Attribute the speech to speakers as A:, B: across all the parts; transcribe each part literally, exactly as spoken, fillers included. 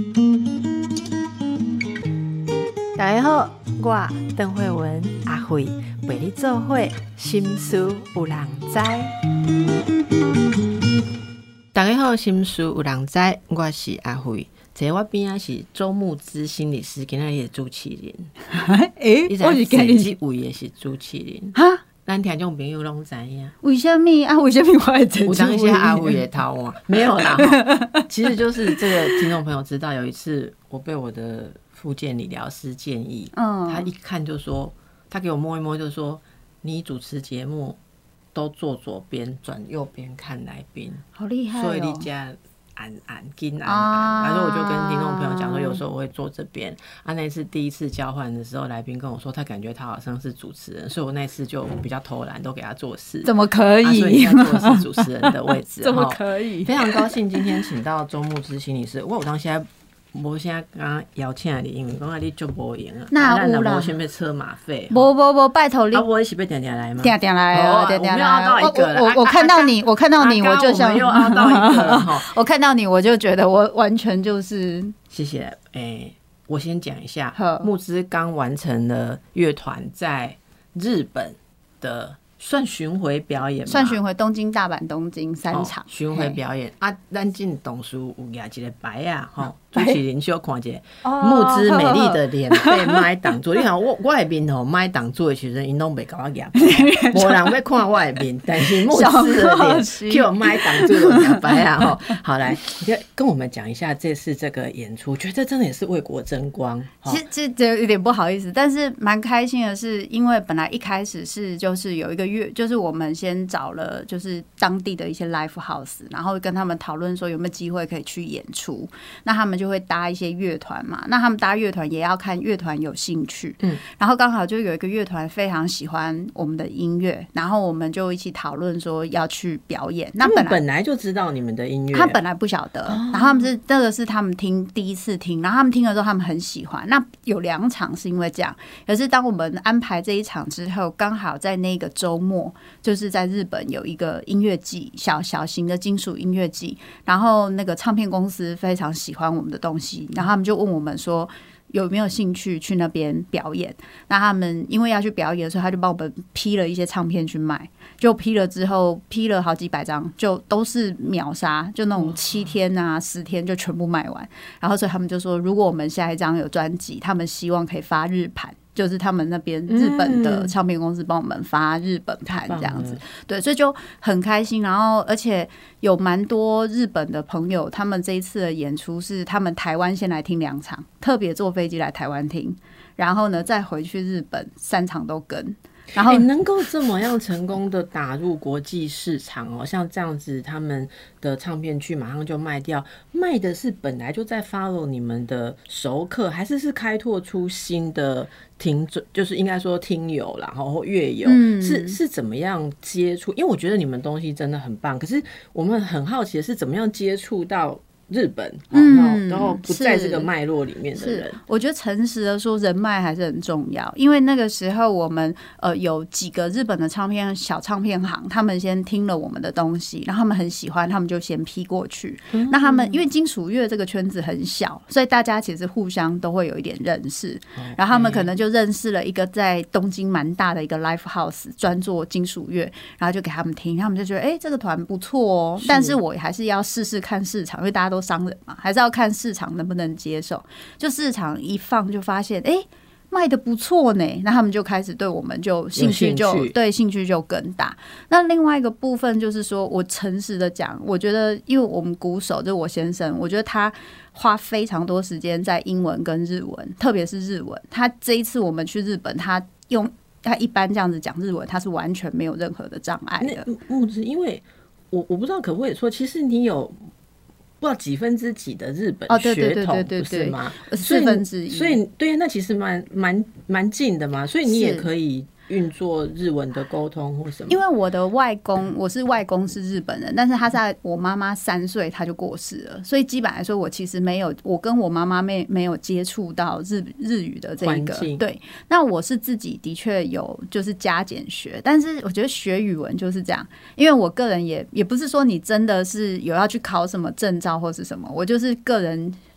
A: 大家好，我邓惠文阿惠陪你做伙心事有人知。大家好，心事有人知，我是阿惠。坐我边仔是周慕姿心理师，今仔日的主持人。
B: 诶、欸，我是今日
A: 这位的是主持人。
B: 哈，
A: 咱听众朋友拢知影。
B: 为什么啊？为什么我会知？
A: 有当一些阿惠的头啊，没有啦。其实就是这个听众朋友知道，有一次我被我的复健理疗师建议，嗯，他一看就说，他给我摸一摸就说，你主持节目都坐左边，转右边看来宾，
B: 好厉害哦！
A: 所以你家按按紧按按，然后我就跟听众朋友讲说，有时候我会坐这边。啊，那次第一次交换的时候，来宾跟我说，他感觉他好像是主持人，所以我那次就比较偷懒，都给他做事。
B: 怎么可以？啊、
A: 所以现在做的是主持人的位置。
B: 怎么可以？
A: 非常高兴今天请到周慕姿心理师。我有当现在。无啥刚邀请你，因为讲啊你就无闲啊，
B: 那有啦，
A: 无先要车马费。
B: 无无无，拜托你。
A: 啊，我是要定定来吗？
B: 定定来哦，定定来。
A: 我
B: 我我看到你，我看到你，我就想
A: 又凹到一个了哈。
B: 我看到你，我就觉得我完全就是。
A: 谢谢。诶，我先讲一下，慕姿刚完成了乐团在日本的。算巡回表演吗？
B: 算巡回，东京、大阪、东京三场、哦、
A: 巡回表演啊！咱进董事有拿一个牌啊，吼，主持人小看一下，慕姿美丽的脸被麦挡住。你看我我的面吼，麦挡住的时阵，因拢袂甲我夹，无人要看我的面，但是慕姿的脸叫麦挡住了夹牌啊！吼，好来，你跟我们讲一下这次这个演出，觉得这真的也是为国争光。
B: 其实这这有点不好意思，但是蛮开心的是，因为本来一开始是就是有一个。就是我们先找了就是当地的一些 live house， 然后跟他们讨论说有没有机会可以去演出，那他们就会搭一些乐团嘛，那他们搭乐团也要看乐团有兴趣，嗯，然后刚好就有一个乐团非常喜欢我们的音乐，然后我们就一起讨论说要去表演。那
A: 本来本来就知道你们的音乐，
B: 他本来不晓得，然后他们是这个是他们听第一次听，然后他们听了之后他们很喜欢。那有两场是因为这样，可是当我们安排这一场之后，刚好在那个周末，就是在日本有一个音乐季，小小型的金属音乐季，然后那个唱片公司非常喜欢我们的东西，然后他们就问我们说有没有兴趣去那边表演。那他们因为要去表演的时候，他就帮我们批了一些唱片去卖，就批了之后批了好几百张，就都是秒杀，就那种七天啊十天就全部卖完。然后所以他们就说，如果我们下一张有专辑，他们希望可以发日盘，就是他们那边日本的唱片公司帮我们发日本盘这样子，对，所以就很开心。然后而且有蛮多日本的朋友，他们这一次的演出是他们台湾先来听两场，特别坐飞机来台湾听，然后呢再回去日本三场都跟。然后、
A: 欸、能够这么样成功的打入国际市场哦，像这样子，他们的唱片去马上就卖掉，卖的是本来就在 follow 你们的熟客，还是是开拓出新的听众，就是应该说听友啦，然后乐友，嗯、是是怎么样接触？因为我觉得你们东西真的很棒，可是我们很好奇的是怎么样接触到日本，嗯，然后不在这个脉络里面的人，
B: 我觉得诚实的说，人脉还是很重要。因为那个时候我们呃有几个日本的唱片小唱片行，他们先听了我们的东西，然后他们很喜欢，他们就先批过去。嗯、那他们因为金属乐这个圈子很小，所以大家其实互相都会有一点认识。Okay. 然后他们可能就认识了一个在东京蛮大的一个 live house， 专做金属乐，然后就给他们听，他们就觉得哎、欸、这个团不错哦，是但是我还是要试试看市场，因为大家都商人嘛，还是要看市场能不能接受。就市场一放就发现哎、欸、卖得不错呢，那他们就开始对我们就兴趣就
A: 兴趣
B: 对兴趣就更大。那另外一个部分就是说，我诚实的讲，我觉得因为我们鼓手就是我先生，我觉得他花非常多时间在英文跟日文，特别是日文。他这一次我们去日本，他用他一般这样子讲日文，他是完全没有任何的障碍的。
A: 木子，因为我我不知道可不可以说，其实你有不知道几分之几的日本血统，不是吗？
B: 四分之一，
A: 所以对，那其实蛮蛮蛮近的嘛，所以你也可以运作日文的沟通或什么？
B: 因为我的外公，我是外公是日本人，但是他在我妈妈三岁他就过世了，所以基本来说，我其实没有，我跟我妈妈没没有接触到日日语的这一个。对，那我是自己的确有就是加减学，但是我觉得学语文就是这样，因为我个人也也不是说你真的是有要去考什么证照或是什么，我就是个人。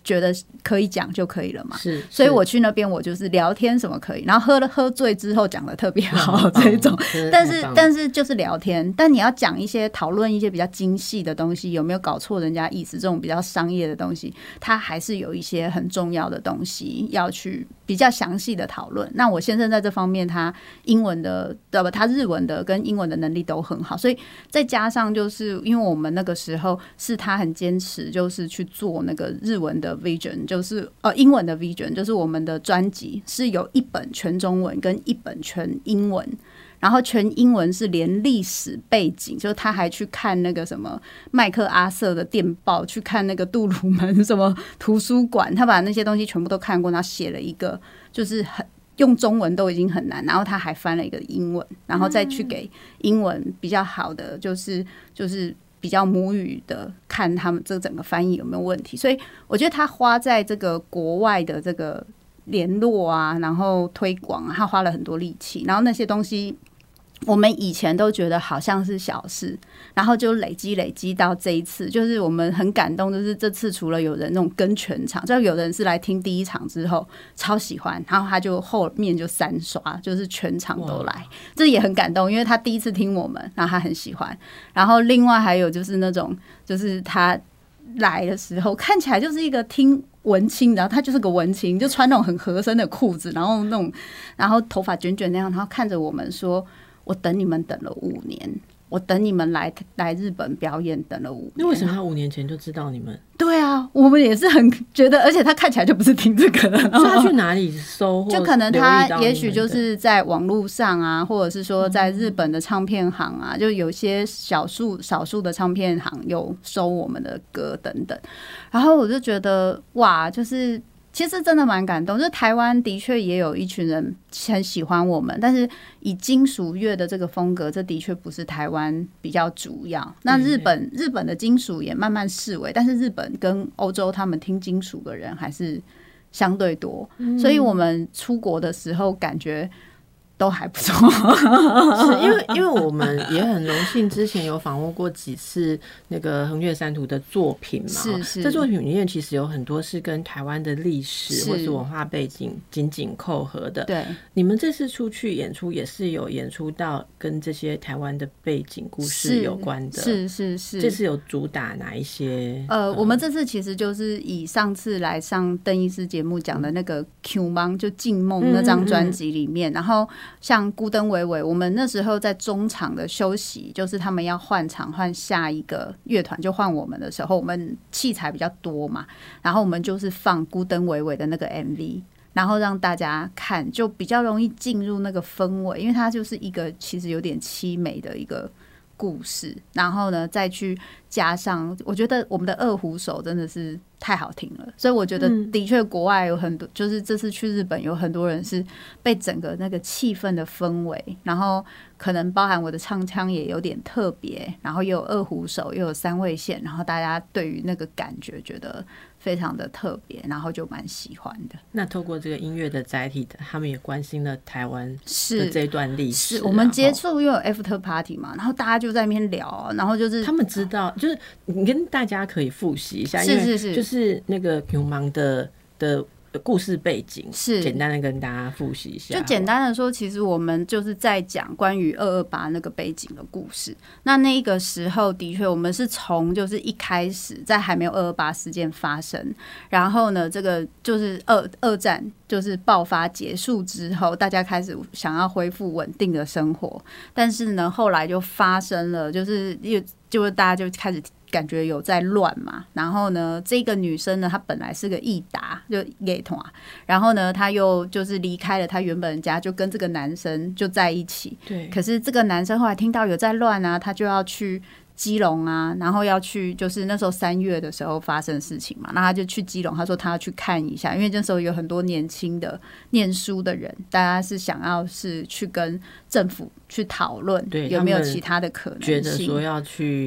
B: 觉得可以讲就可以了嘛，
A: 是，
B: 所以我去那边我就是聊天什么可以，然后喝了喝醉之后讲的特别好这种，但是但是就是聊天，但你要讲一些讨论一些比较精细的东西，有没有搞错人家意思，这种比较商业的东西，它还是有一些很重要的东西要去比较详细的讨论。那我先生在这方面他英文的对吧，他日文的跟英文的能力都很好，所以再加上就是因为我们那个时候是他很坚持就是去做那个日文的Vision， 就是呃英文的 Vision， 就是我们的专辑是有一本全中文跟一本全英文，然后全英文是连历史背景，就是他还去看那个什么麦克阿瑟的电报，去看那个杜鲁门什么图书馆，他把那些东西全部都看过，然后写了一个就是很用中文都已经很难，然后他还翻了一个英文，然后再去给英文比较好的就是就是比较母语的看他们这整个翻译有没有问题，所以我觉得他花在这个国外的这个联络啊，然后推广啊，他花了很多力气，然后那些东西我们以前都觉得好像是小事，然后就累积累积到这一次，就是我们很感动，就是这次除了有人那种跟全场，就有人是来听第一场之后超喜欢，然后他就后面就三刷，就是全场都来，这也很感动，因为他第一次听我们，然后他很喜欢。然后另外还有就是那种，就是他来的时候看起来就是一个听文青，然后他就是个文青，就穿那种很合身的裤子，然后那种然后头发卷卷那样，然后看着我们说，我等你们等了五年，我等你们来来日本表演等了五年。
A: 那为什么他五年前就知道你们？
B: 对啊，我们也是很觉得，而且他看起来就不是听这个的。
A: 所以他去哪里搜？
B: 就可能他也许就是在网络上啊，或者是说在日本的唱片行啊，就有些少数少数的唱片行有收我们的歌等等。然后我就觉得哇，就是其实真的蛮感动，就是台湾的确也有一群人很喜欢我们，但是以金属乐的这个风格，这的确不是台湾比较主要。那日本日本的金属也慢慢式微，但是日本跟欧洲他们听金属的人还是相对多，所以我们出国的时候感觉都还不错。
A: 是因为因为我们也很荣幸，之前有访问过几次那个横越三途的作品嘛，
B: 是是，
A: 这作品里面其实有很多是跟台湾的历史或是文化背景紧紧扣合的。
B: 对，
A: 你们这次出去演出也是有演出到跟这些台湾的背景故事有关的，
B: 是是是。
A: 这次有主打哪一些？
B: 呃，我们这次其实就是以上次来上邓医师节目讲的那个 Q 梦，就静梦那张专辑里面，嗯嗯嗯，然后像孤灯微微，我们那时候在中场的休息，就是他们要换场换下一个乐团，就换我们的时候，我们器材比较多嘛，然后我们就是放孤灯微微的那个 M V， 然后让大家看，就比较容易进入那个氛围，因为它就是一个其实有点凄美的一个故事，然后呢再去加上，我觉得我们的二胡手真的是太好听了，所以我觉得的确国外有很多，就是这次去日本有很多人是被整个那个气氛的氛围，然后可能包含我的唱腔也有点特别，然后又有二胡手又有三味线，然后大家对于那个感觉觉得非常的特别，然后就蛮喜欢的。
A: 那透过这个音乐的载体，他们也关心了台湾的这一段历史。
B: 是我们接触又有 after party 嘛，然后大家就在那边聊，然后就是
A: 他们知道，就是你跟大家可以复习一下，
B: 是是是，
A: 就是那个牛芒的的故事背景，
B: 是
A: 简单的跟大家复习一下。
B: 就简单的说，其实我们就是在讲关于二二八那个背景的故事。那那个时候的确，我们是从就是一开始在还没有二二八事件发生，然后呢，这个就是二二战就是爆发结束之后，大家开始想要恢复稳定的生活，但是呢，后来就发生了，就是就是大家就开始感觉有在乱嘛，然后呢，这个女生呢，她本来是个义达，就乐团，然后呢，她又就是离开了她原本的家，就跟这个男生就在一起。
A: 对。
B: 可是这个男生后来听到有在乱啊，他就要去基隆啊，然后要去，就是那时候三月的时候发生的事情嘛，那他就去基隆，他说他要去看一下，因为那时候有很多年轻的念书的人，大家是想要是去跟政府去讨论有没有其他的可能性，
A: 觉得说要去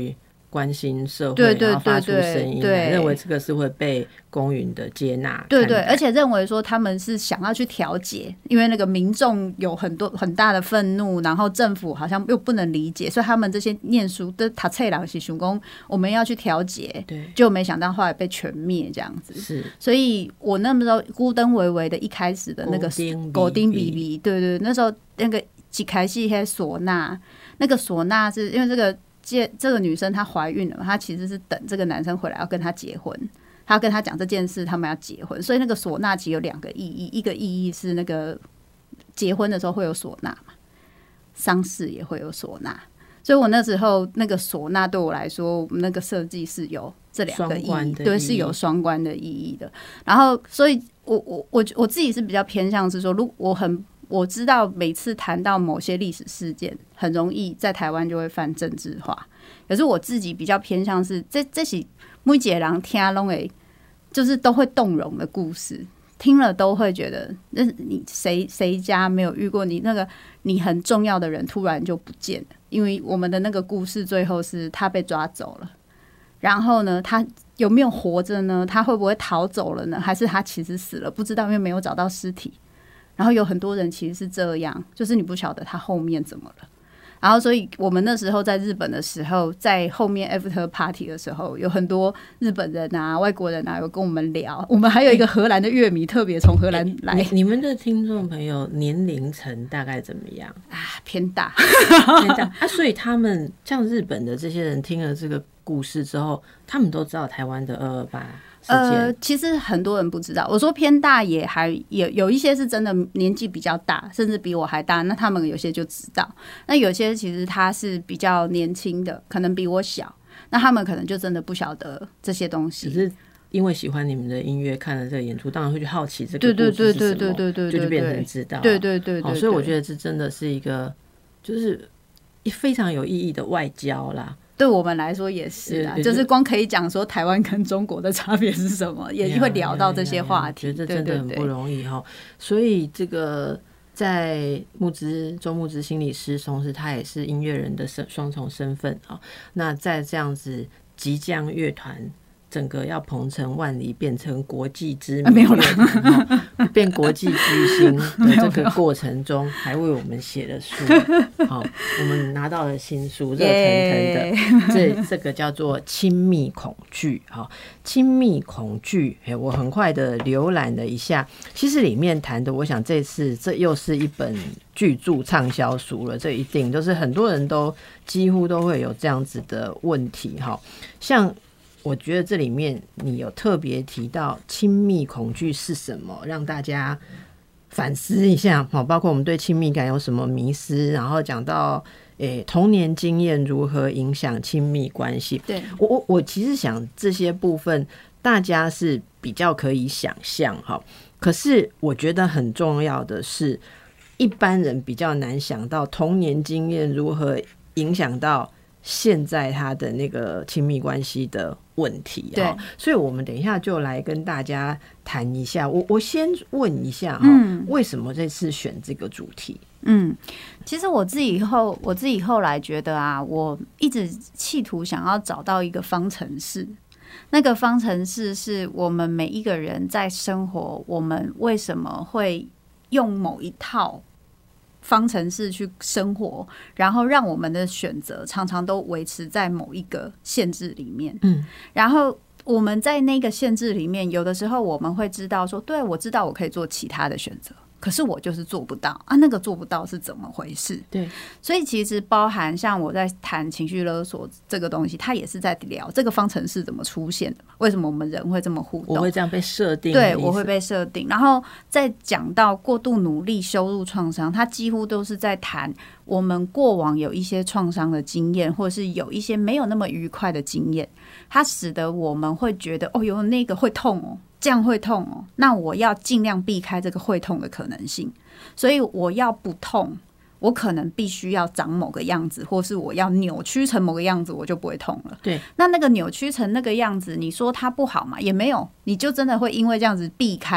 A: 关心社会，
B: 对对对对，
A: 然后发出声音来，认为这个是会被公允的接纳，
B: 对对，而且认为说他们是想要去调解，因为那个民众有很多很大的愤怒，然后政府好像又不能理解，所以他们这些念书的读册人是想说我们要去调解，对，就没想到后来被全灭这样子。是，所以我那时候孤灯微微的一开始的那个狗丁比比，对对，那时候那个一开始那唢呐，那个唢呐是因为这个这个女生她怀孕了，她其实是等这个男生回来要跟她结婚。他要跟他讲这件事，他们要结婚，所以那个唢呐其实有两个意义，一个意义是那个结婚的时候会有唢呐嘛，丧事也会有唢呐，所以我那时候那个唢呐对我来说，我们那个设计是有这两个意义，对，是有双关的意义的。然后，所以我我我我自己是比较偏向是说，如果我很我知道每次谈到某些历史事件，很容易在台湾就会犯政治化，可是我自己比较偏向是这这是每一个人听拢会就是都会动容的故事，听了都会觉得，那你谁谁家没有遇过你那个你很重要的人突然就不见了？因为我们的那个故事最后是他被抓走了，然后呢，他有没有活着呢？他会不会逃走了呢？还是他其实死了？不知道，因为没有找到尸体。然后有很多人其实是这样，就是你不晓得他后面怎么了。然后，所以我们那时候在日本的时候，在后面 after party 的时候，有很多日本人啊、外国人啊，有跟我们聊。我们还有一个荷兰的乐迷，特别从荷兰来。
A: 你, 你们的听众朋友年龄层大概怎么样
B: 啊？偏大，
A: 偏大啊！所以他们像日本的这些人听了这个故事之后，他们都知道台湾的二二八。
B: 呃，其实很多人不知道。我说偏大也还也有一些是真的年纪比较大，甚至比我还大，那他们有些就知道。那有些其实他是比较年轻的，可能比我小，那他们可能就真的不晓得这些东西。
A: 只是因为喜欢你们的音乐，看了这个演出，当然会去好奇这个故事是什么，对对对对对对对，就就变成知道。
B: 对对对 对, 对, 对，
A: 所以我觉得这真的是一个就是非常有意义的外交啦。
B: 对我们来说也是啦，就是光可以讲说台湾跟中国的差别是什么，也会聊到这些话题。
A: 觉得真的很不容易哈。所以这个在木之周木之心理师，同时他也是音乐人的双重身份啊。那在这样子即将乐团整个要鹏程万里，变成国际知名乐团，变国际巨星的这个过程中，还为我们写了书。好，我们拿到了新书，热腾腾的，这这个叫做《亲密恐惧》。好，亲密恐惧，我很快的浏览了一下，其实里面谈的，我想这次这又是一本巨著畅销书了，这一定就是很多人都几乎都会有这样子的问题。哈，像。我觉得这里面你有特别提到亲密恐惧是什么，让大家反思一下，包括我们对亲密感有什么迷思，然后讲到诶童年经验如何影响亲密关系。对，我我我其实想这些部分大家是比较可以想象哈，可是我觉得很重要的是，一般人比较难想到童年经验如何影响到现在他的那个亲密关系的问题。对，所以我们等一下就来跟大家谈一下。我我先问一下哈、嗯，为什么这次选这个主题？
B: 嗯，其实我自己后我自己后来觉得啊，我一直企图想要找到一个方程式。那个方程式是我们每一个人在生活，我们为什么会用某一套方程式去生活，然后让我们的选择常常都维持在某一个限制里面。嗯，然后我们在那个限制里面，有的时候我们会知道说，对，我知道我可以做其他的选择，可是我就是做不到啊，那个做不到是怎么回事？对，所以其实包含像我在谈情绪勒索这个东西，它也是在聊这个方程式怎么出现的嘛？为什么我们人会这么互动？
A: 我会这样被设定，
B: 对，我会被设定。然后再讲到过度努力、羞辱、创伤，它几乎都是在谈我们过往有一些创伤的经验，或者是有一些没有那么愉快的经验，它使得我们会觉得，哦，有那个会痛哦。这样会痛哦，那我要尽量避开这个会痛的可能性，所以我要不痛，我可能必须要长某个样子，或是我要扭曲成某个样子，我就不会痛了。对，那那个扭曲成那个样子，你说它不好嘛？也没有，你就真的会因为这样子避开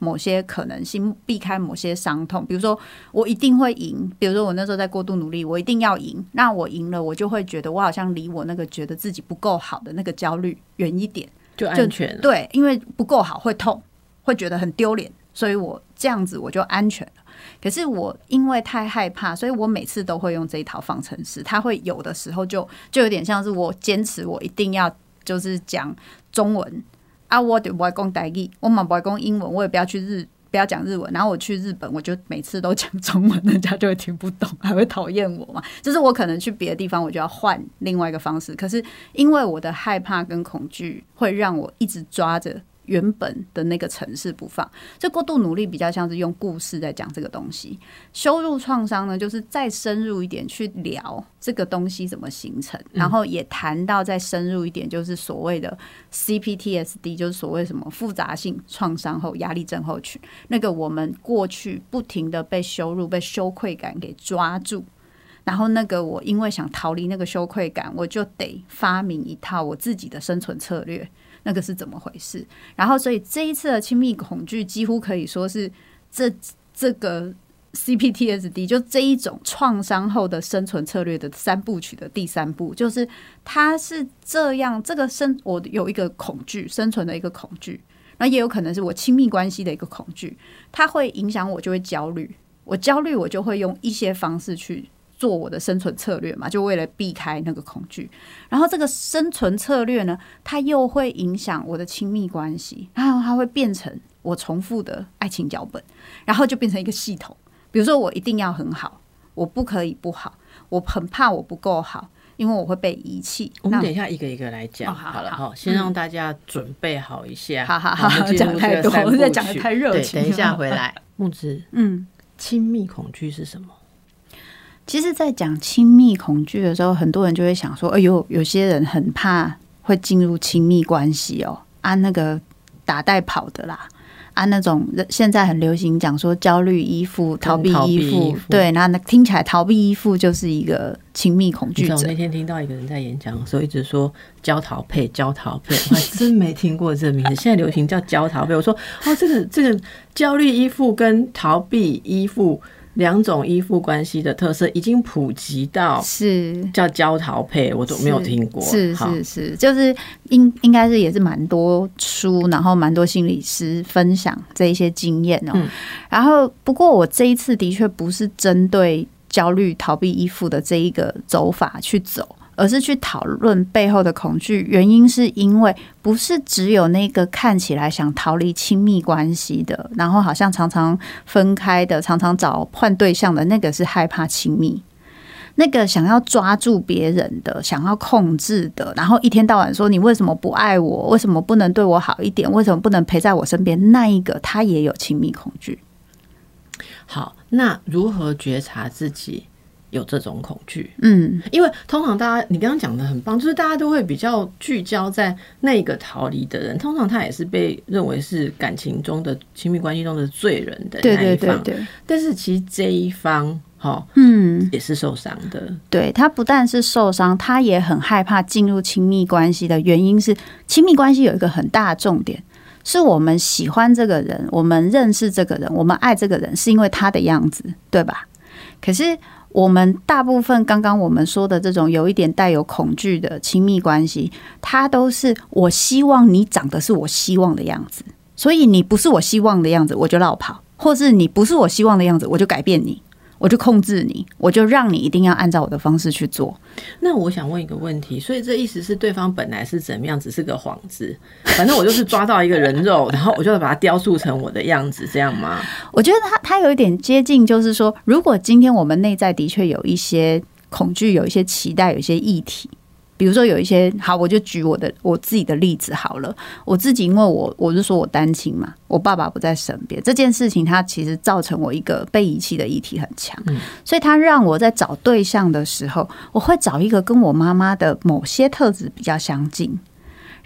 B: 某些可能性，避开某些伤痛。比如说我一定会赢，比如说我那时候在过度努力，我一定要赢，那我赢了，我就会觉得我好像离我那个觉得自己不够好的那个焦虑远一点，
A: 就安全了。
B: 对，因为不够好会痛，会觉得很丢脸，所以我这样子我就安全了。可是我因为太害怕，所以我每次都会用这一套方程式。它会有的时候就就有点像是我坚持我一定要就是讲中文啊，我就不会讲台语，我嘛不会讲英文，我也不要去日不要讲日文。然后我去日本，我就每次都讲中文，人家就会听不懂，还会讨厌我嘛。就是我可能去别的地方，我就要换另外一个方式。可是因为我的害怕跟恐惧，会让我一直抓着原本的那个程式不放。这过度努力比较像是用故事在讲这个东西。羞辱创伤呢，就是再深入一点去聊这个东西怎么形成，然后也谈到再深入一点，就是所谓的 C P T S D， 就是所谓什么复杂性创伤后压力症候群。那个我们过去不停的被羞辱、被羞愧感给抓住。然后那个我因为想逃离那个羞愧感，我就得发明一套我自己的生存策略。那个是怎么回事？然后，所以这一次的亲密恐惧几乎可以说是这这个 C P T S D 就这一种创伤后的生存策略的三部曲的第三步，就是它是这样，这个生我有一个恐惧，生存的一个恐惧，那也有可能是我亲密关系的一个恐惧，它会影响我，就会焦虑，我焦虑，我就会用一些方式去做我的生存策略嘛，就为了避开那个恐惧。然后这个生存策略呢，它又会影响我的亲密关系，然后它会变成我重复的爱情脚本，然后就变成一个系统。比如说我一定要很好，我不可以不好，我很怕我不够好，因为我会被遗弃。
A: 我们等一下一个一个来讲、
B: 哦、好,
A: 好了哈，先让大家准备好一下。
B: 好好好，讲太多，我在讲的太热情。
A: 等一下回来，木子，嗯，亲密恐惧是什么？
B: 其实在讲亲密恐惧的时候，很多人就会想说，哎呦，有些人很怕会进入亲密关系哦，啊那个打带跑的啦，啊那种现在很流行讲说焦虑依附、逃避依附，对，那听起来逃避依附就是一个亲密恐惧者。
A: 我那天听到一个人在演讲的时候一直说焦逃配焦逃配，我还真没听过这个名字。现在流行叫焦逃配，我说哦，这个这个焦虑依附跟逃避依附两种依附关系的特色已经普及到是叫焦逃配，我都没有听过。
B: 是是是，就是应应该是也是蛮多书，然后蛮多心理师分享这一些经验哦、喔嗯。然后不过我这一次的确不是针对焦虑、逃避、依附的这一个走法去走。而是去讨论背后的恐惧，原因是因为不是只有那个看起来想逃离亲密关系的，然后好像常常分开的，常常找换对象的那个是害怕亲密，那个想要抓住别人的，想要控制的，然后一天到晚说你为什么不爱我，为什么不能对我好一点，为什么不能陪在我身边，那一个他也有亲密恐惧。
A: 好，那如何觉察自己有这种恐惧？嗯，因为通常大家，你刚刚讲的很棒，就是大家都会比较聚焦在那个逃离的人，通常他也是被认为是感情中的亲密关系中的罪人的那一方。对对对对。但是其实这一方，哦，嗯，也是受伤的。
B: 对，他不但是受伤，他也很害怕进入亲密关系的原因是，亲密关系有一个很大的重点，是我们喜欢这个人，我们认识这个人，我们爱这个人，是因为他的样子，对吧？可是我们大部分刚刚我们说的这种有一点带有恐惧的亲密关系，它都是我希望你长得是我希望的样子，所以你不是我希望的样子我就落跑，或是你不是我希望的样子我就改变你，我就控制你，我就让你一定要按照我的方式去做。
A: 那我想问一个问题，所以这意思是对方本来是怎么样，只是个幌子，反正我就是抓到一个人肉然后我就把它雕塑成我的样子，这样吗？
B: 我觉得它它有一点接近，就是说如果今天我们内在的确有一些恐惧，有一些期待，有一些议题，比如说有一些，好，我就举我的我自己的例子好了。我自己因为我我是说我单亲嘛，我爸爸不在身边，这件事情它其实造成我一个被遗弃的议题很强，嗯，所以它让我在找对象的时候，我会找一个跟我妈妈的某些特质比较相近。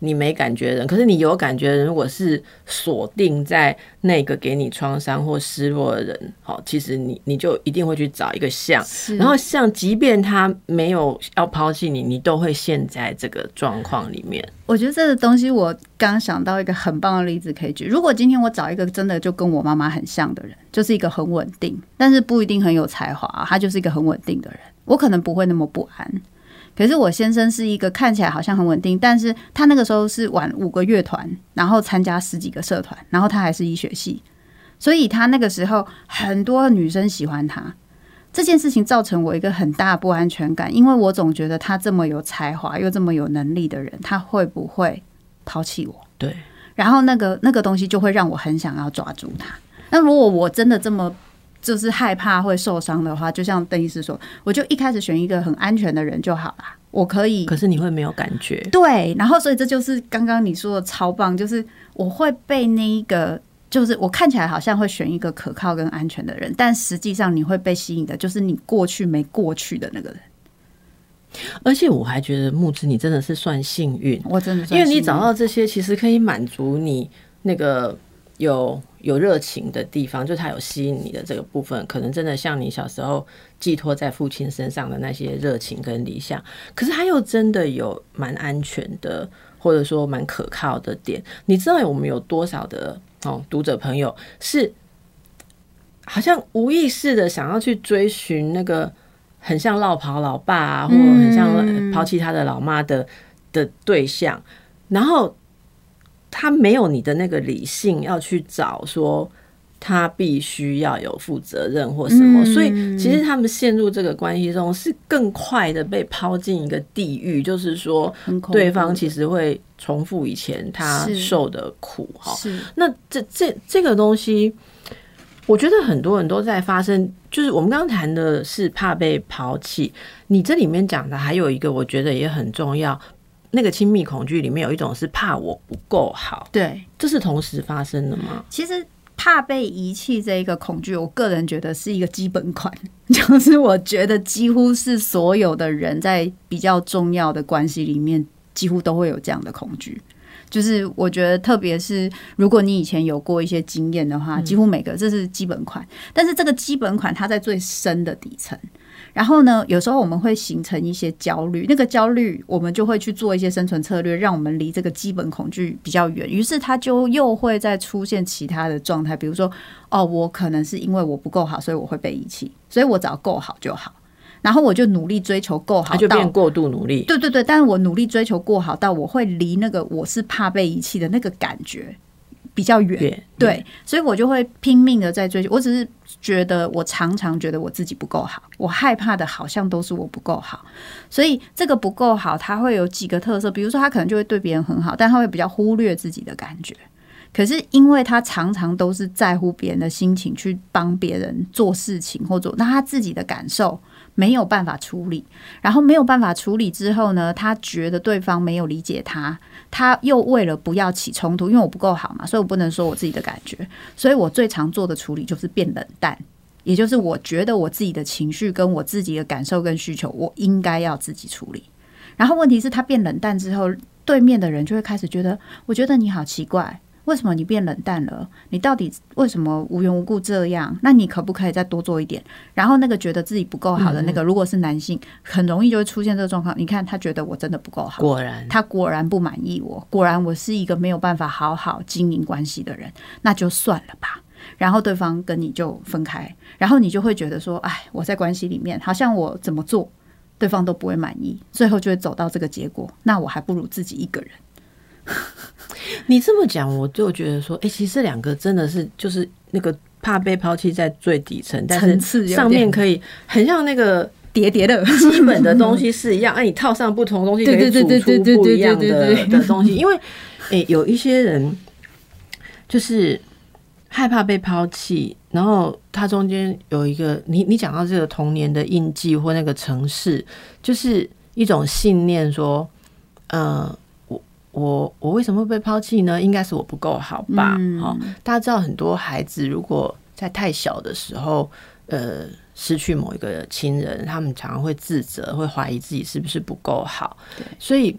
A: 你没感觉的人，可是你有感觉的人，如果是锁定在那个给你创伤或失落的人，好，其实你你就一定会去找一个像，然后像即便他没有要抛弃你，你都会陷在这个状况里面。
B: 我觉得这个东西，我刚想到一个很棒的例子可以举。如果今天我找一个真的就跟我妈妈很像的人，就是一个很稳定，但是不一定很有才华，他就是一个很稳定的人，我可能不会那么不安。可是我先生是一个看起来好像很稳定，但是他那个时候是玩五个乐团，然后参加十几个社团，然后他还是医学系，所以他那个时候很多女生喜欢他。这件事情造成我一个很大的不安全感，因为我总觉得他这么有才华又这么有能力的人，他会不会抛弃我？
A: 对，
B: 然后那个那个东西就会让我很想要抓住他。那如果我真的这么就是害怕会受伤的话，就像邓医师说，我就一开始选一个很安全的人就好啦，我可以。
A: 可是你会没有感觉。
B: 对，然后所以这就是刚刚你说的超棒，就是我会被那一个，就是我看起来好像会选一个可靠跟安全的人，但实际上你会被吸引的就是你过去没过去的那个人。
A: 而且我还觉得木之你真的是算幸运，
B: 我真的
A: 因为你找到这些其实可以满足你那个有有热情的地方，就他有吸引你的这个部分，可能真的像你小时候寄托在父亲身上的那些热情跟理想，可是他又真的有蛮安全的，或者说蛮可靠的点。你知道我们有多少的哦读者朋友是好像无意识的想要去追寻那个很像落跑老爸啊，或很像抛弃他的老妈的的对象，然后他没有你的那个理性要去找说他必须要有负责任或什么，所以其实他们陷入这个关系中是更快的被抛进一个地狱，就是说对方其实会重复以前他受的苦。那这这这个东西我觉得很多人都在发生，就是我们刚刚谈的是怕被抛弃，你这里面讲的还有一个我觉得也很重要，那个亲密恐惧里面有一种是怕我不够好。
B: 对，
A: 这是同时发生的吗？
B: 其实怕被遗弃这一个恐惧，我个人觉得是一个基本款，就是我觉得几乎是所有的人在比较重要的关系里面几乎都会有这样的恐惧。就是我觉得特别是如果你以前有过一些经验的话，几乎每个这是基本款，但是这个基本款它在最深的底层，然后呢有时候我们会形成一些焦虑，那个焦虑我们就会去做一些生存策略，让我们离这个基本恐惧比较远，于是它就又会再出现其他的状态，比如说哦，我可能是因为我不够好，所以我会被遗弃，所以我只要够好就好，然后我就努力追求够好，
A: 就变过度努力。
B: 对对对，但是我努力追求过好到我会离那个我是怕被遗弃的那个感觉比较远。对，所以我就会拼命的在追求。我只是觉得我常常觉得我自己不够好，我害怕的好像都是我不够好，所以这个不够好它会有几个特色，比如说他可能就会对别人很好，但他会比较忽略自己的感觉。可是因为他常常都是在乎别人的心情去帮别人做事情或者那他自己的感受没有办法处理，然后没有办法处理之后呢，他觉得对方没有理解他，他又为了不要起冲突，因为我不够好嘛，所以我不能说我自己的感觉，所以我最常做的处理就是变冷淡，也就是我觉得我自己的情绪跟我自己的感受跟需求我应该要自己处理，然后问题是他变冷淡之后，对面的人就会开始觉得我觉得你好奇怪，为什么你变冷淡了？你到底为什么无缘无故这样？那你可不可以再多做一点？然后那个觉得自己不够好的那个，如果是男性，很容易就会出现这个状况。你看，他觉得我真的不够好，
A: 果然
B: 他果然不满意我，果然我是一个没有办法好好经营关系的人，那就算了吧。然后对方跟你就分开，然后你就会觉得说，哎，我在关系里面好像我怎么做，对方都不会满意，最后就会走到这个结果。那我还不如自己一个人。
A: 你这么讲，我就觉得说，哎、欸，其实这两个真的是就是那个怕被抛弃在最底层，但是上面可以很像那个
B: 叠叠的
A: 基本的东西是一样，哎、啊，你套上不同的东西可以组出不一样的的东西。因为，哎、欸，有一些人就是害怕被抛弃，然后他中间有一个，你你讲到这个童年的印记或那个程式，就是一种信念说，呃。我我为什么会被抛弃呢？应该是我不够好吧。嗯哦、大家知道很多孩子如果在太小的时候，呃，失去某一个亲人，他们常常会自责，会怀疑自己是不是不够好。所以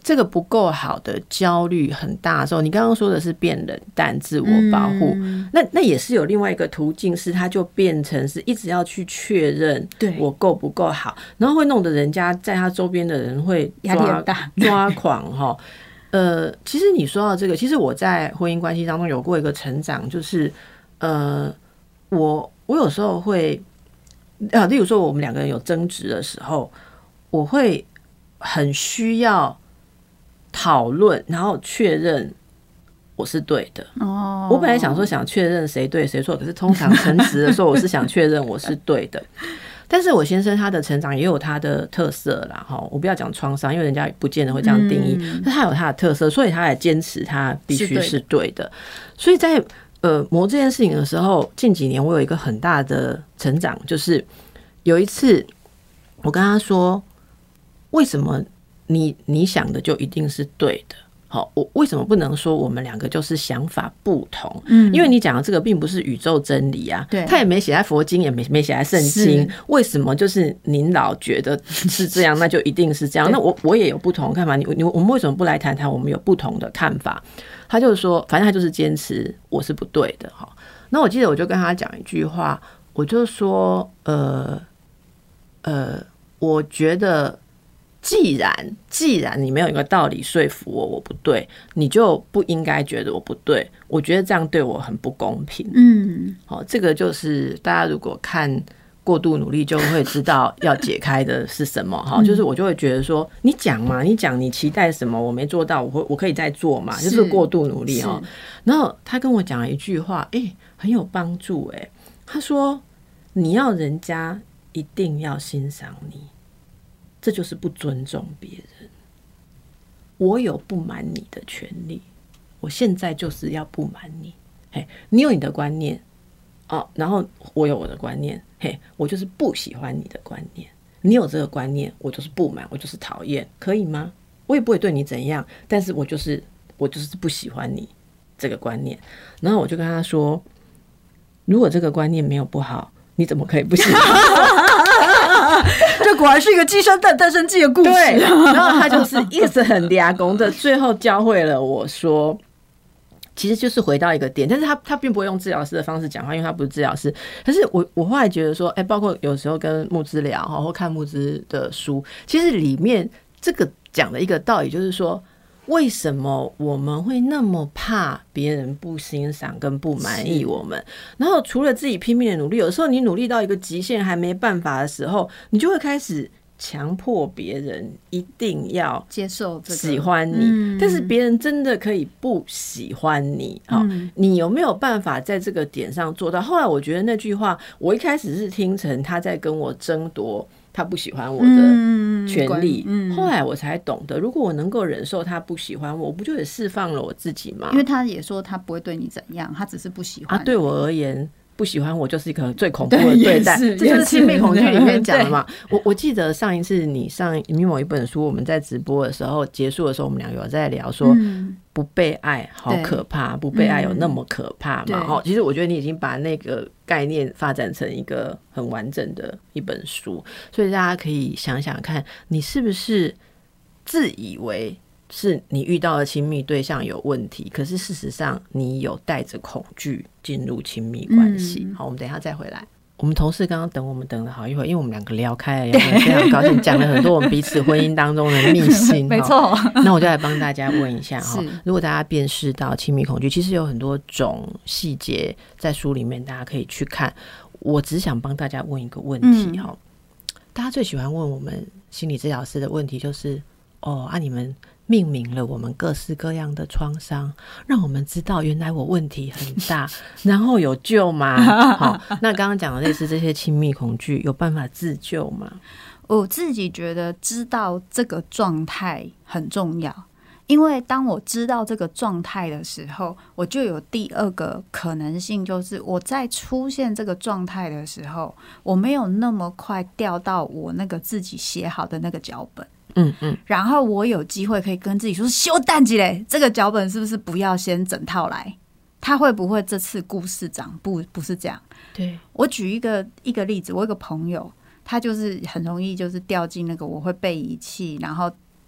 A: 这个不够好的焦虑很大的时候，你刚刚说的是变冷淡、自我保护，嗯、那那也是有另外一个途径，是它就变成是一直要去确认我够不够好，然后会弄得人家在他周边的人会抓
B: 压力很大
A: 抓狂哈。呃，其实你说到这个，其实我在婚姻关系当中有过一个成长，就是呃，我我有时候会啊，例如说我们两个人有争执的时候，我会很需要讨论，然后确认我是对的。哦，我本来想说想确认谁对谁错，可是通常争执的时候，我是想确认我是对的。但是我先生他的成长也有他的特色啦，我不要讲创伤，因为人家不见得会这样定义，嗯、但他有他的特色，所以他来坚持他必须是对的。所以在呃磨这件事情的时候，近几年我有一个很大的成长，就是有一次我跟他说，为什么你你想的就一定是对的？好，我为什么不能说我们两个就是想法不同？嗯，因为你讲的这个并不是宇宙真理啊，对，他也没写在佛经，也没没写在圣经。为什么就是您老觉得是这样，那就一定是这样？那我我也有不同的看法，你你我们为什么不来谈谈我们有不同的看法？他就是说，反正他就是坚持我是不对的哈。那我记得我就跟他讲一句话，我就说，呃呃，我觉得。既然既然你没有一个道理说服我我不对，你就不应该觉得我不对。我觉得这样对我很不公平。嗯，好，这个就是大家如果看过度努力就会知道要解开的是什么哈。就是我就会觉得说，你讲嘛，你讲你期待什么，我没做到，我会我可以再做嘛，就是过度努力哈。然后他跟我讲了一句话，哎、欸，很有帮助哎、欸。他说：“你要人家一定要欣赏你。”这就是不尊重别人。我有不满你的权利，我现在就是要不满你。嘿，你有你的观念哦，然后我有我的观念。嘿，我就是不喜欢你的观念。你有这个观念，我就是不满，我就是讨厌，可以吗？我也不会对你怎样，但是我就是我就是不喜欢你这个观念。然后我就跟他说，如果这个观念没有不好，你怎么可以不喜欢我？
B: 这果然是一个鸡生蛋蛋生鸡的故事。
A: 对，然后他就是一直很俩公的，最后教会了我说，其实就是回到一个点，但是他他并不会用治疗师的方式讲话，因为他不是治疗师。可是我我后来觉得说，哎、欸，包括有时候跟木之聊或看木之的书，其实里面这个讲的一个道理就是说，为什么我们会那么怕别人不欣赏跟不满意我们？然后除了自己拼命的努力，有时候你努力到一个极限还没办法的时候，你就会开始强迫别人一定要
B: 接受这个
A: 喜欢你，嗯、但是别人真的可以不喜欢你，嗯、你有没有办法在这个点上做到？后来我觉得那句话，我一开始是听成他在跟我争夺他不喜欢我的权利，嗯嗯、后来我才懂得，如果我能够忍受他不喜欢我，我不就也释放了我自己吗？
B: 因为他也说他不会对你怎样，他只是不喜欢你。
A: 啊，对我而言，不喜欢我就是一个最恐怖的对待，这就是亲密恐惧里面讲的嘛。我我记得上一次你上你某一本书，我们在直播的时候结束的时候，我们两个有在聊说，嗯、不被爱好可怕，不被爱有那么可怕嘛？哦、嗯，其实我觉得你已经把那个概念发展成一个很完整的一本书，所以大家可以想想看，你是不是自以为是你遇到的亲密对象有问题，可是事实上你有带着恐惧进入亲密关系。嗯、好，我们等一下再回来。我们同事刚刚等我们等了好一会儿，因为我们两个聊开了，聊得非常高兴，讲了很多我们彼此婚姻当中的秘辛。
B: 没错，
A: 那我就来帮大家问一下哈，如果大家辨识到亲密恐惧，其实有很多种细节在书里面，大家可以去看。我只想帮大家问一个问题哈，嗯、大家最喜欢问我们心理治疗师的问题就是：哦，啊，你们命名了我们各式各样的创伤，让我们知道原来我问题很大，然后有救吗？好，那刚刚讲的类似这些亲密恐惧，有办法自救吗？
B: 我自己觉得知道这个状态很重要，因为当我知道这个状态的时候，我就有第二个可能性，就是我在出现这个状态的时候，我没有那么快掉到我那个自己写好的那个脚本。嗯嗯，然后我有机会可以跟自己说修蛋鸡嘞，这个脚本是不是不要先整套来？他会不会这次故事长不不是这样？
A: 对，
B: 我举一个一个例子，我有个朋友，他就是很容易就是掉进那个我会被遗弃，然后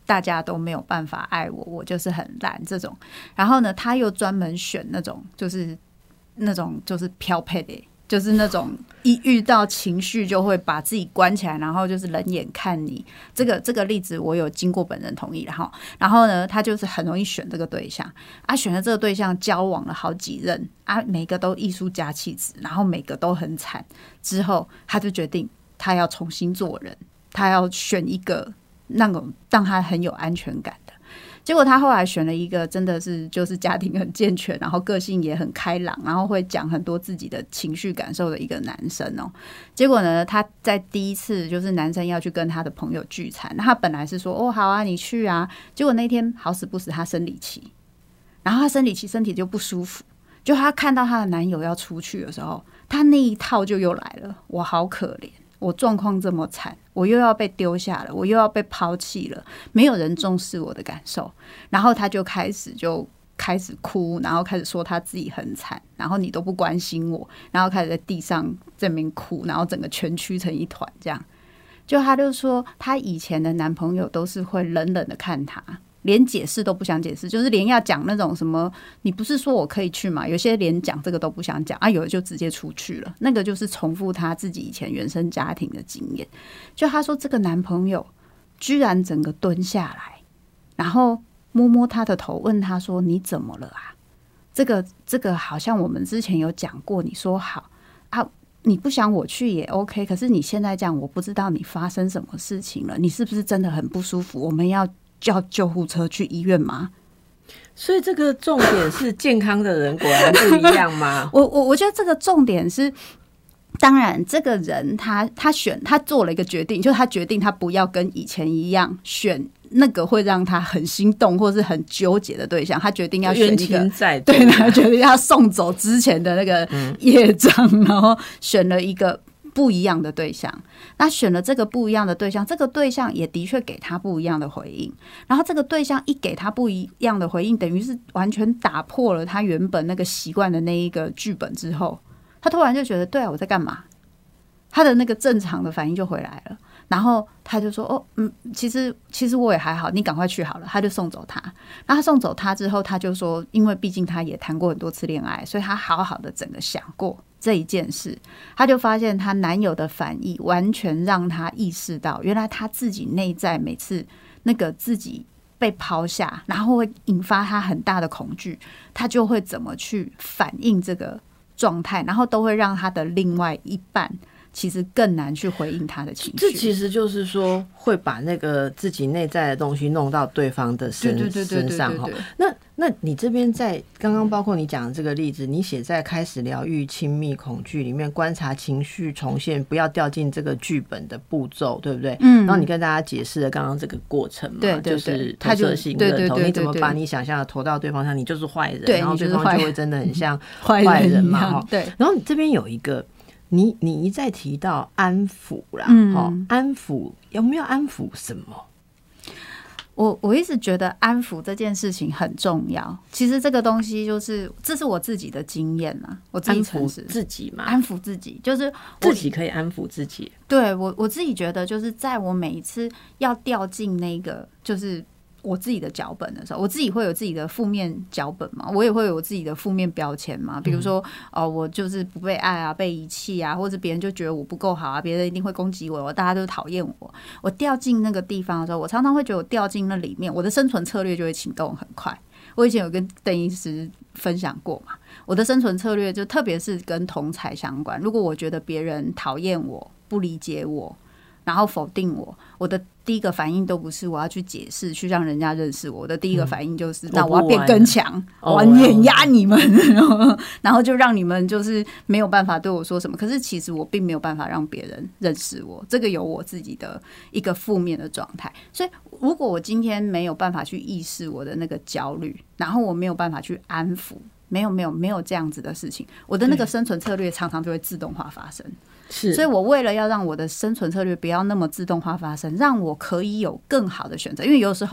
B: 大家都没有办法爱我，我就是很烂这种。然后呢，他又专门选那种就是那种就是飘配的，就是那种一遇到情绪就会把自己关起来，然后就是冷眼看你。这个这个例子我有经过本人同意，然后然后呢，他就是很容易选这个对象啊，选了这个对象交往了好几任啊，每个都艺术家气质，然后每个都很惨。之后他就决定他要重新做人，他要选一个那种让他很有安全感的。结果他后来选了一个真的是就是家庭很健全，然后个性也很开朗，然后会讲很多自己的情绪感受的一个男生哦。结果呢，他在第一次就是男生要去跟他的朋友聚餐，他本来是说哦好啊你去啊，结果那天好死不死他生理期，然后他生理期身体就不舒服，就他看到他的男友要出去的时候，他那一套就又来了，我好可怜，我状况这么惨，我又要被丢下了，我又要被抛弃了，没有人重视我的感受。然后他就开始就开始哭，然后开始说他自己很惨，然后你都不关心我，然后开始在地上这边哭，然后整个全屈成一团这样。就他就说他以前的男朋友都是会冷冷的看他，连解释都不想解释，就是连要讲那种什么你不是说我可以去吗，有些连讲这个都不想讲啊，有的就直接出去了。那个就是重复他自己以前原生家庭的经验。就他说这个男朋友居然整个蹲下来，然后摸摸他的头，问他说你怎么了啊？这个这个好像我们之前有讲过，你说好啊，你不想我去也 OK， 可是你现在这样，我不知道你发生什么事情了，你是不是真的很不舒服？我们要叫救护车去医院吗？
A: 所以这个重点是健康的人果然不一样吗？
B: 我我我觉得这个重点是，当然这个人他他选他做了一个决定，就是他决定他不要跟以前一样选那个会让他很心动或是很纠结的对象，他决定要选一个对，他决定要送走之前的那个业障，嗯、然后选了一个不一样的对象。那选了这个不一样的对象，这个对象也的确给他不一样的回应。然后这个对象一给他不一样的回应，等于是完全打破了他原本那个习惯的那一个剧本之后，他突然就觉得，对啊，我在干嘛？他的那个正常的反应就回来了。然后他就说：“哦，嗯，其实其实我也还好，你赶快去好了。”他就送走他。然后他送走他之后，他就说：“因为毕竟他也谈过很多次恋爱，所以他好好的整个想过这一件事。”他就发现他男友的反应完全让他意识到，原来他自己内在每次那个自己被抛下，然后会引发他很大的恐惧，他就会怎么去反应这个状态，然后都会让他的另外一半其实更难去回应他的情绪。
A: 这其实就是说会把那个自己内在的东西弄到对方的身身上。那那你这边在刚刚包括你讲的这个例子，你写在开始疗愈亲密恐惧里面，观察情绪重现，不要掉进这个剧本的步骤，对不对？嗯。然后你跟大家解释了刚刚这个过程嘛，对对对，就是投射性认同，你怎么把你想象的投到对方上，你就是坏人，然后对方就会真的很像坏人嘛。对。然后你这边有一个。你你一再提到安抚啦，嗯哦、安抚有没有安抚什么？
B: 我我一直觉得安抚这件事情很重要。其实这个东西就是这是我自己的经验啦，我自己诚实
A: 自己嘛，
B: 安抚自己就是
A: 自己可以安抚自己。
B: 对我我自己觉得，就是在我每一次要掉进那个就是我自己的脚本的时候，我自己会有自己的负面脚本嘛，我也会有我自己的负面标签嘛，比如说哦、呃，我就是不被爱啊，被遗弃啊，或者别人就觉得我不够好啊，别人一定会攻击我，大家都讨厌我。我掉进那个地方的时候，我常常会觉得我掉进那里面，我的生存策略就会启动很快。我以前有跟邓医师分享过嘛，我的生存策略就特别是跟同侪相关。如果我觉得别人讨厌我、不理解我，然后否定我，我的第一个反应都不是我要去解释，去让人家认识我。我的第一个反应就是，嗯、那我要变更强，我, 我要碾压你们，哦、然后就让你们就是没有办法对我说什么。可是其实我并没有办法让别人认识我，这个有我自己的一个负面的状态。所以如果我今天没有办法去意识我的那个焦虑，然后我没有办法去安抚，没有没有没有这样子的事情，我的那个生存策略常常就会自动化发生。是，所以我为了要让我的生存策略不要那么自动化发生，让我可以有更好的选择，因为有时候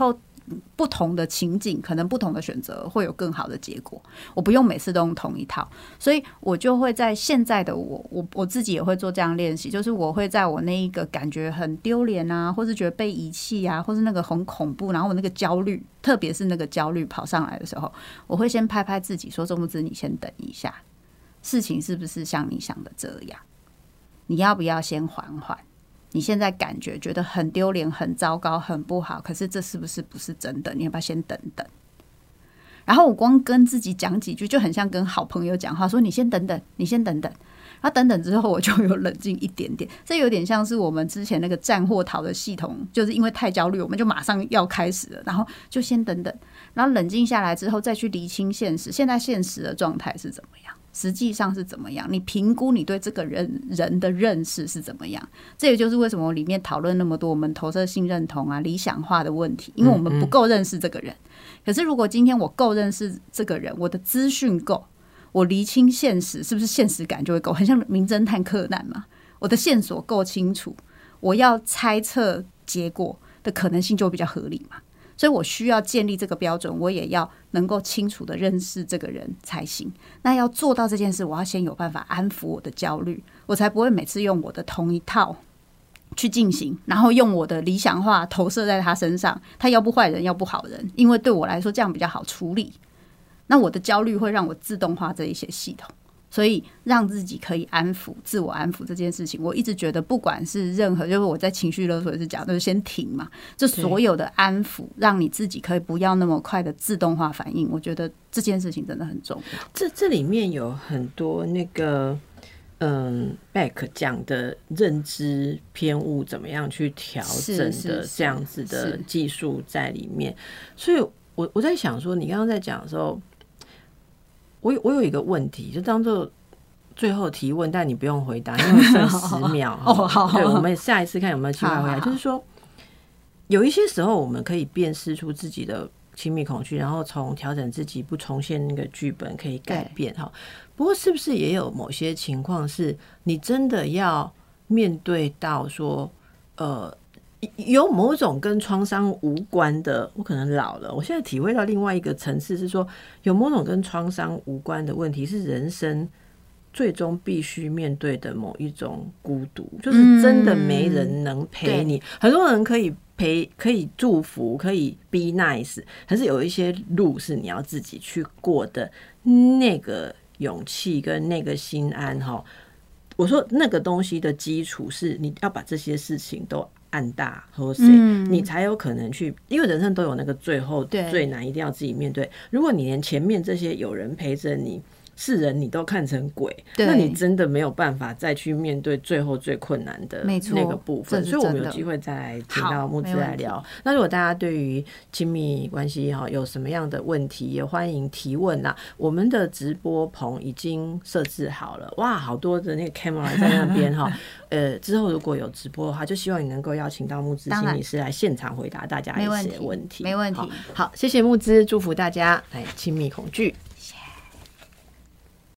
B: 不同的情景，可能不同的选择会有更好的结果。我不用每次都用同一套，所以我就会在现在的我，我我自己也会做这样练习，就是我会在我那一个感觉很丢脸啊，或是觉得被遗弃啊，或是那个很恐怖，然后我那个焦虑，特别是那个焦虑跑上来的时候，我会先拍拍自己说：“周慕姿，你先等一下，事情是不是像你想的这样？你要不要先缓缓？”你现在感觉觉得很丢脸、很糟糕、很不好，可是这是不是不是真的？你要不要先等等？然后我光跟自己讲几句，就很像跟好朋友讲话，说你先等等，你先等等。然后等等之后，我就有冷静一点点。这有点像是我们之前那个战或逃的系统，就是因为太焦虑，我们就马上要开始了，然后就先等等，然后冷静下来之后再去厘清现实。现在现实的状态是怎么样？实际上是怎么样？你评估你对这个人人的认识是怎么样？这也就是为什么里面讨论那么多我们投射性认同啊、理想化的问题，因为我们不够认识这个人。可是如果今天我够认识这个人，我的资讯够，我厘清现实，是不是现实感就会够？很像名侦探柯南嘛，我的线索够清楚，我要猜测结果的可能性就比较合理嘛。所以我需要建立这个标准，我也要能够清楚的认识这个人才行。那要做到这件事，我要先有办法安抚我的焦虑，我才不会每次用我的同一套去进行，然后用我的理想化投射在他身上，他要不坏人要不好人，因为对我来说这样比较好处理。那我的焦虑会让我自动化这一些系统，所以让自己可以安抚、自我安抚这件事情，我一直觉得，不管是任何，就是我在情绪勒索也是讲，就是先停嘛，就所有的安抚，让你自己可以不要那么快的自动化反应。我觉得这件事情真的很重要。
A: 这这里面有很多那个，嗯 ，Beck 讲的认知偏误怎么样去调整的这样子的技术在里面，所以我我在想说，你刚刚在讲的时候。我有我有一个问题，就当做最后提问，但你不用回答，因为剩十秒。
B: 哦，好，
A: 对，我们下一次看有没有机会回答。就是说，有一些时候我们可以辨识出自己的亲密恐惧，然后从调整自己不重现那个剧本可以改变哈。不过，是不是也有某些情况是你真的要面对到说，呃？有某种跟创伤无关的，我可能老了，我现在体会到另外一个层次是说，有某种跟创伤无关的问题是人生最终必须面对的某一种孤独，就是真的没人能陪你。嗯、很多人可以陪，可以祝福，可以 be nice， 可是有一些路是你要自己去过的，那个勇气跟那个心安哈。我说那个东西的基础是你要把这些事情都按大和谁、嗯，你才有可能去，因为人生都有那个最后最难，一定要自己面对。如果你连前面这些有人陪着你，是人你都看成鬼，那你真的没有办法再去面对最后最困难的那个部分。所以我们有机会再来请到慕姿来聊。那如果大家对于亲密关系有什么样的问题，也欢迎提问啦。我们的直播棚已经设置好了，哇，好多的那个 camera 在那边哈。呃，之后如果有直播的话，就希望你能够邀请到慕姿心理师来现场回答大家一些问题。
B: 没问题，
A: 好，好，谢谢慕姿，祝福大家来亲密恐惧。